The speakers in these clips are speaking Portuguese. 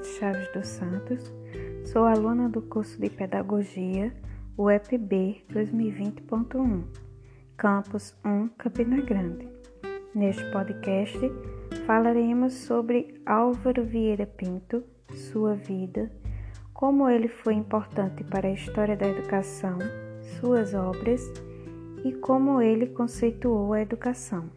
Elizabeth Chaves dos Santos, sou aluna do curso de Pedagogia, UEPB 2020.1, Campus 1, Campina Grande. Neste podcast, falaremos sobre Álvaro Vieira Pinto, sua vida, como ele foi importante para a história da educação, suas obras e como ele conceituou a educação.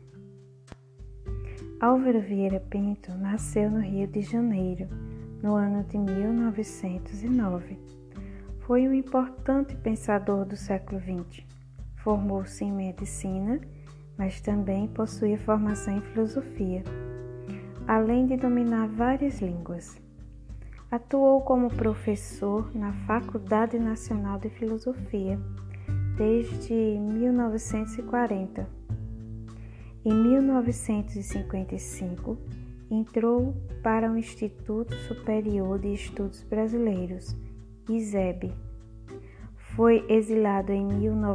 Álvaro Vieira Pinto nasceu no Rio de Janeiro, no ano de 1909. Foi um importante pensador do século XX. Formou-se em medicina, mas também possuía formação em filosofia, além de dominar várias línguas. Atuou como professor na Faculdade Nacional de Filosofia desde 1940. Em 1955, entrou para o Instituto Superior de Estudos Brasileiros, ISEB. Foi exilado em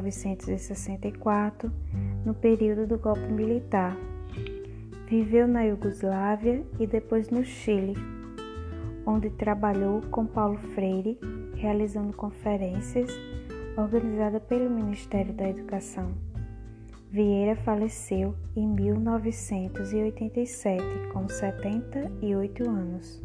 1964, no período do golpe militar. Viveu na Iugoslávia e depois no Chile, onde trabalhou com Paulo Freire, realizando conferências organizadas pelo Ministério da Educação. Vieira faleceu em 1987, com 78 anos.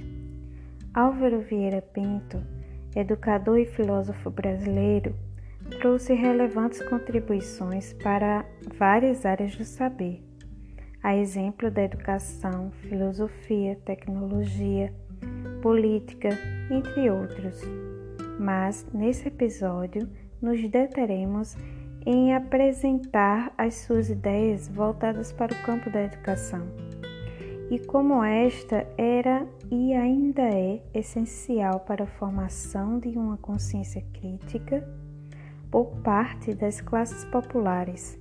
Álvaro Vieira Pinto, educador e filósofo brasileiro, trouxe relevantes contribuições para várias áreas do saber, a exemplo da educação, filosofia, tecnologia, política, entre outros. Mas, nesse episódio, nos deteremos em apresentar as suas ideias voltadas para o campo da educação e como esta era e ainda é essencial para a formação de uma consciência crítica por parte das classes populares.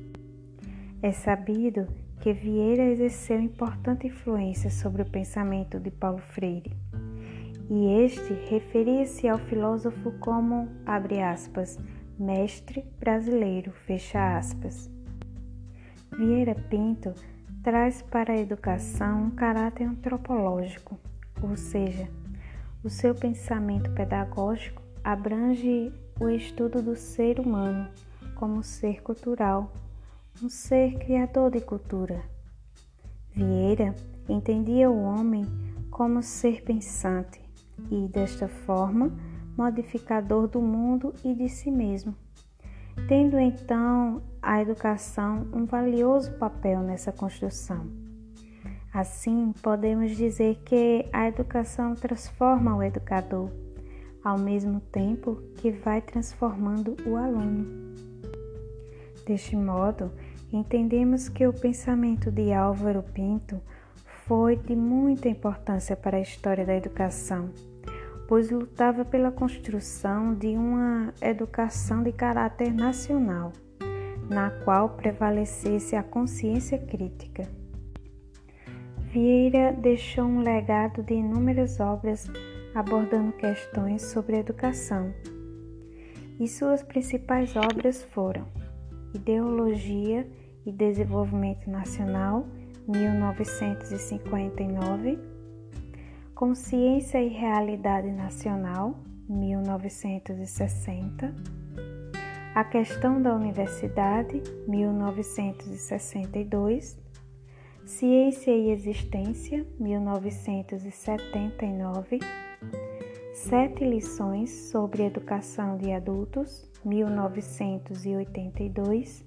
É sabido que Vieira exerceu importante influência sobre o pensamento de Paulo Freire, e este referia-se ao filósofo como, abre aspas, mestre brasileiro, fecha aspas. Vieira Pinto traz para a educação um caráter antropológico, ou seja, o seu pensamento pedagógico abrange o estudo do ser humano como ser cultural, um ser criador de cultura. Vieira entendia o homem como ser pensante e, desta forma, modificador do mundo e de si mesmo, tendo então a educação um valioso papel nessa construção. Assim, podemos dizer que a educação transforma o educador, ao mesmo tempo que vai transformando o aluno. Deste modo, entendemos que o pensamento de Álvaro Pinto foi de muita importância para a história da educação, pois lutava pela construção de uma educação de caráter nacional, na qual prevalecesse a consciência crítica. Vieira deixou um legado de inúmeras obras abordando questões sobre educação, e suas principais obras foram Ideologia e Desenvolvimento Nacional, 1959, Consciência e Realidade Nacional, 1960, A Questão da Universidade, 1962, Ciência e Existência, 1979, 7 Lições sobre Educação de Adultos, 1982,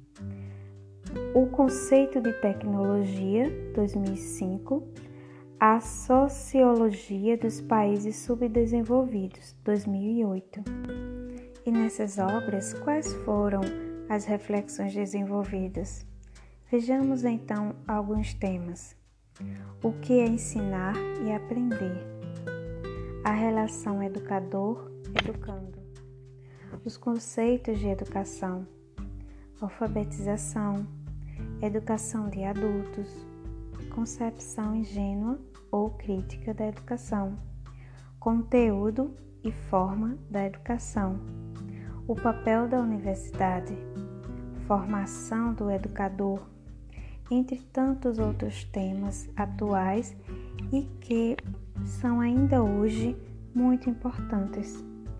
O Conceito de Tecnologia, 2005, A Sociologia dos Países Subdesenvolvidos, 2008. E nessas obras, quais foram as reflexões desenvolvidas? Vejamos então alguns temas. O que é ensinar e aprender? A relação educador-educando. Os conceitos de educação. Alfabetização. Educação de adultos. Concepção ingênua ou crítica da educação, conteúdo e forma da educação, o papel da universidade, formação do educador, entre tantos outros temas atuais e que são ainda hoje muito importantes.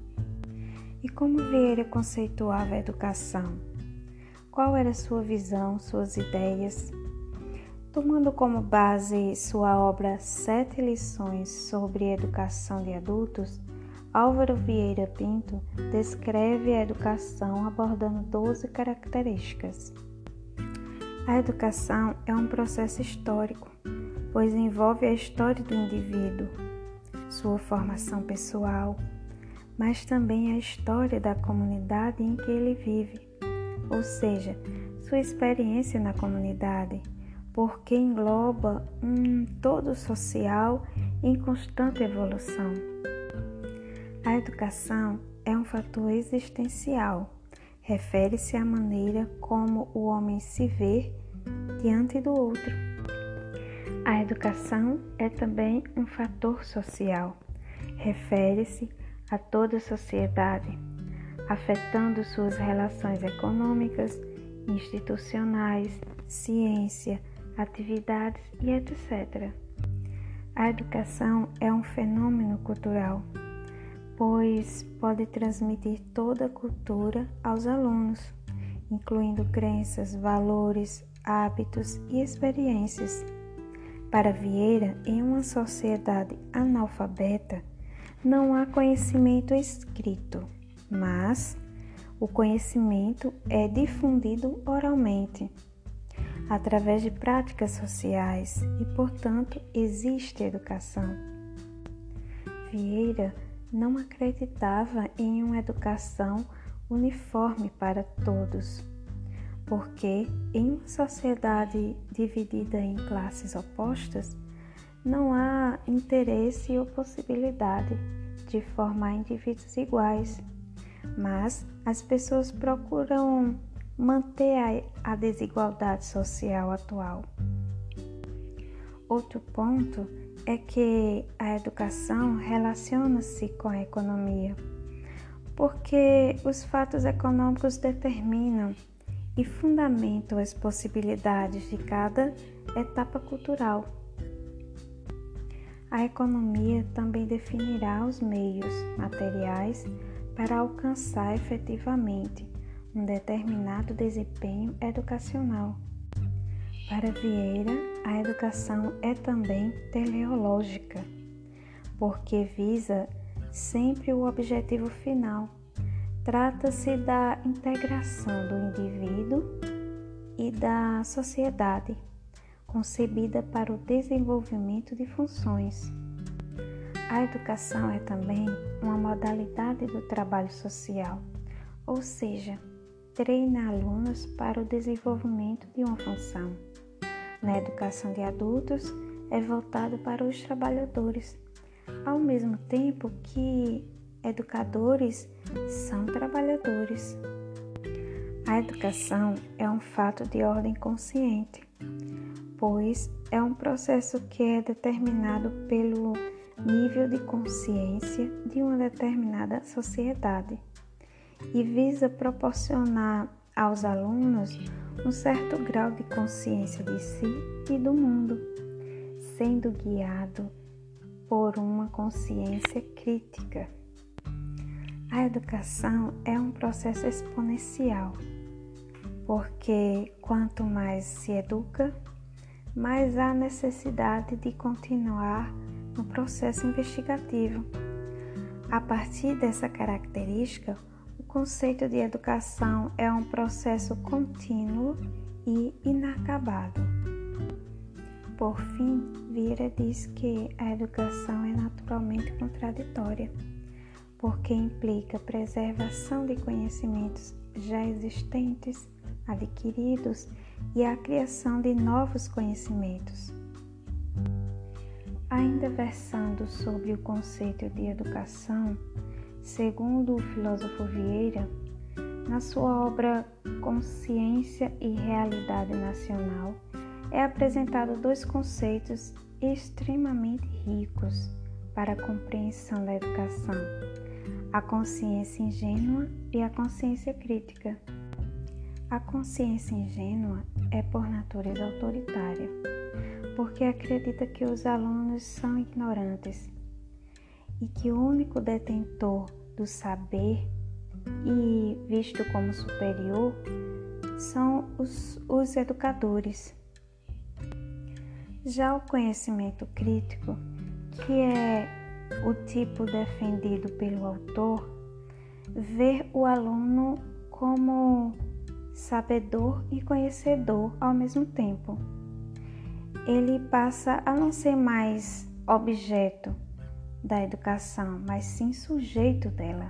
E como Vieira conceituava a educação? Qual era sua visão, suas ideias? Tomando como base sua obra 7 lições sobre educação de adultos, Álvaro Vieira Pinto descreve a educação abordando 12 características. A educação é um processo histórico, pois envolve a história do indivíduo, sua formação pessoal, mas também a história da comunidade em que ele vive, ou seja, sua experiência na comunidade, porque engloba um todo social em constante evolução. A educação é um fator existencial, refere-se à maneira como o homem se vê diante do outro. A educação é também um fator social, refere-se a toda a sociedade, afetando suas relações econômicas, institucionais, ciência, atividades e etc. A educação é um fenômeno cultural, pois pode transmitir toda a cultura aos alunos, incluindo crenças, valores, hábitos e experiências. Para Vieira, em uma sociedade analfabeta, não há conhecimento escrito, mas o conhecimento é difundido oralmente, através de práticas sociais e, portanto, existe educação. Vieira não acreditava em uma educação uniforme para todos, porque em uma sociedade dividida em classes opostas, não há interesse ou possibilidade de formar indivíduos iguais, mas as pessoas procuram manter a desigualdade social atual. Outro ponto é que a educação relaciona-se com a economia, porque os fatos econômicos determinam e fundamentam as possibilidades de cada etapa cultural. A economia também definirá os meios materiais para alcançar efetivamente um determinado desempenho educacional. Para Vieira, a educação é também teleológica, porque visa sempre o objetivo final. Trata-se da integração do indivíduo e da sociedade, concebida para o desenvolvimento de funções. A educação é também uma modalidade do trabalho social, ou seja, treina alunos para o desenvolvimento de uma função. Na educação de adultos, é voltado para os trabalhadores, ao mesmo tempo que educadores são trabalhadores. A educação é um fato de ordem consciente, pois é um processo que é determinado pelo nível de consciência de uma determinada sociedade e visa proporcionar aos alunos um certo grau de consciência de si e do mundo, sendo guiado por uma consciência crítica. A educação é um processo exponencial, porque quanto mais se educa, mais há necessidade de continuar no processo investigativo. A partir dessa característica, o conceito de educação é um processo contínuo e inacabado. Por fim, Vieira diz que a educação é naturalmente contraditória, porque implica preservação de conhecimentos já existentes, adquiridos e a criação de novos conhecimentos. Ainda versando sobre o conceito de educação, segundo o filósofo Vieira, na sua obra Consciência e Realidade Nacional, é apresentado 2 conceitos extremamente ricos para a compreensão da educação: a consciência ingênua e a consciência crítica. A consciência ingênua é por natureza autoritária, porque acredita que os alunos são ignorantes e que o único detentor do saber e visto como superior são os educadores. Já o conhecimento crítico, que é o tipo defendido pelo autor, vê o aluno como sabedor e conhecedor ao mesmo tempo. Ele passa a não ser mais objeto da educação, mas sim sujeito dela.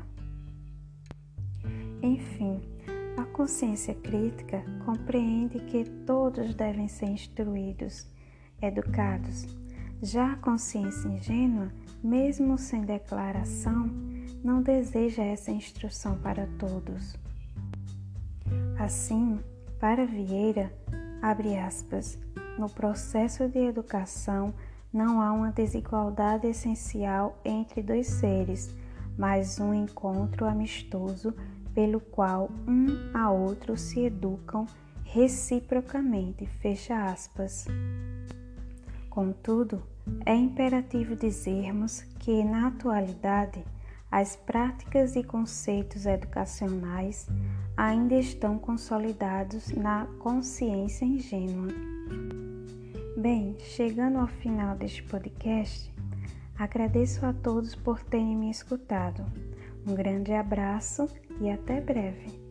Enfim, a consciência crítica compreende que todos devem ser instruídos, educados. Já a consciência ingênua, mesmo sem declaração, não deseja essa instrução para todos. Assim, para Vieira, abre aspas, no processo de educação não há uma desigualdade essencial entre dois seres, mas um encontro amistoso pelo qual um a outro se educam reciprocamente, fecha aspas. Contudo, é imperativo dizermos que, na atualidade, as práticas e conceitos educacionais ainda estão consolidados na consciência ingênua. Bem, chegando ao final deste podcast, agradeço a todos por terem me escutado. Um grande abraço e até breve.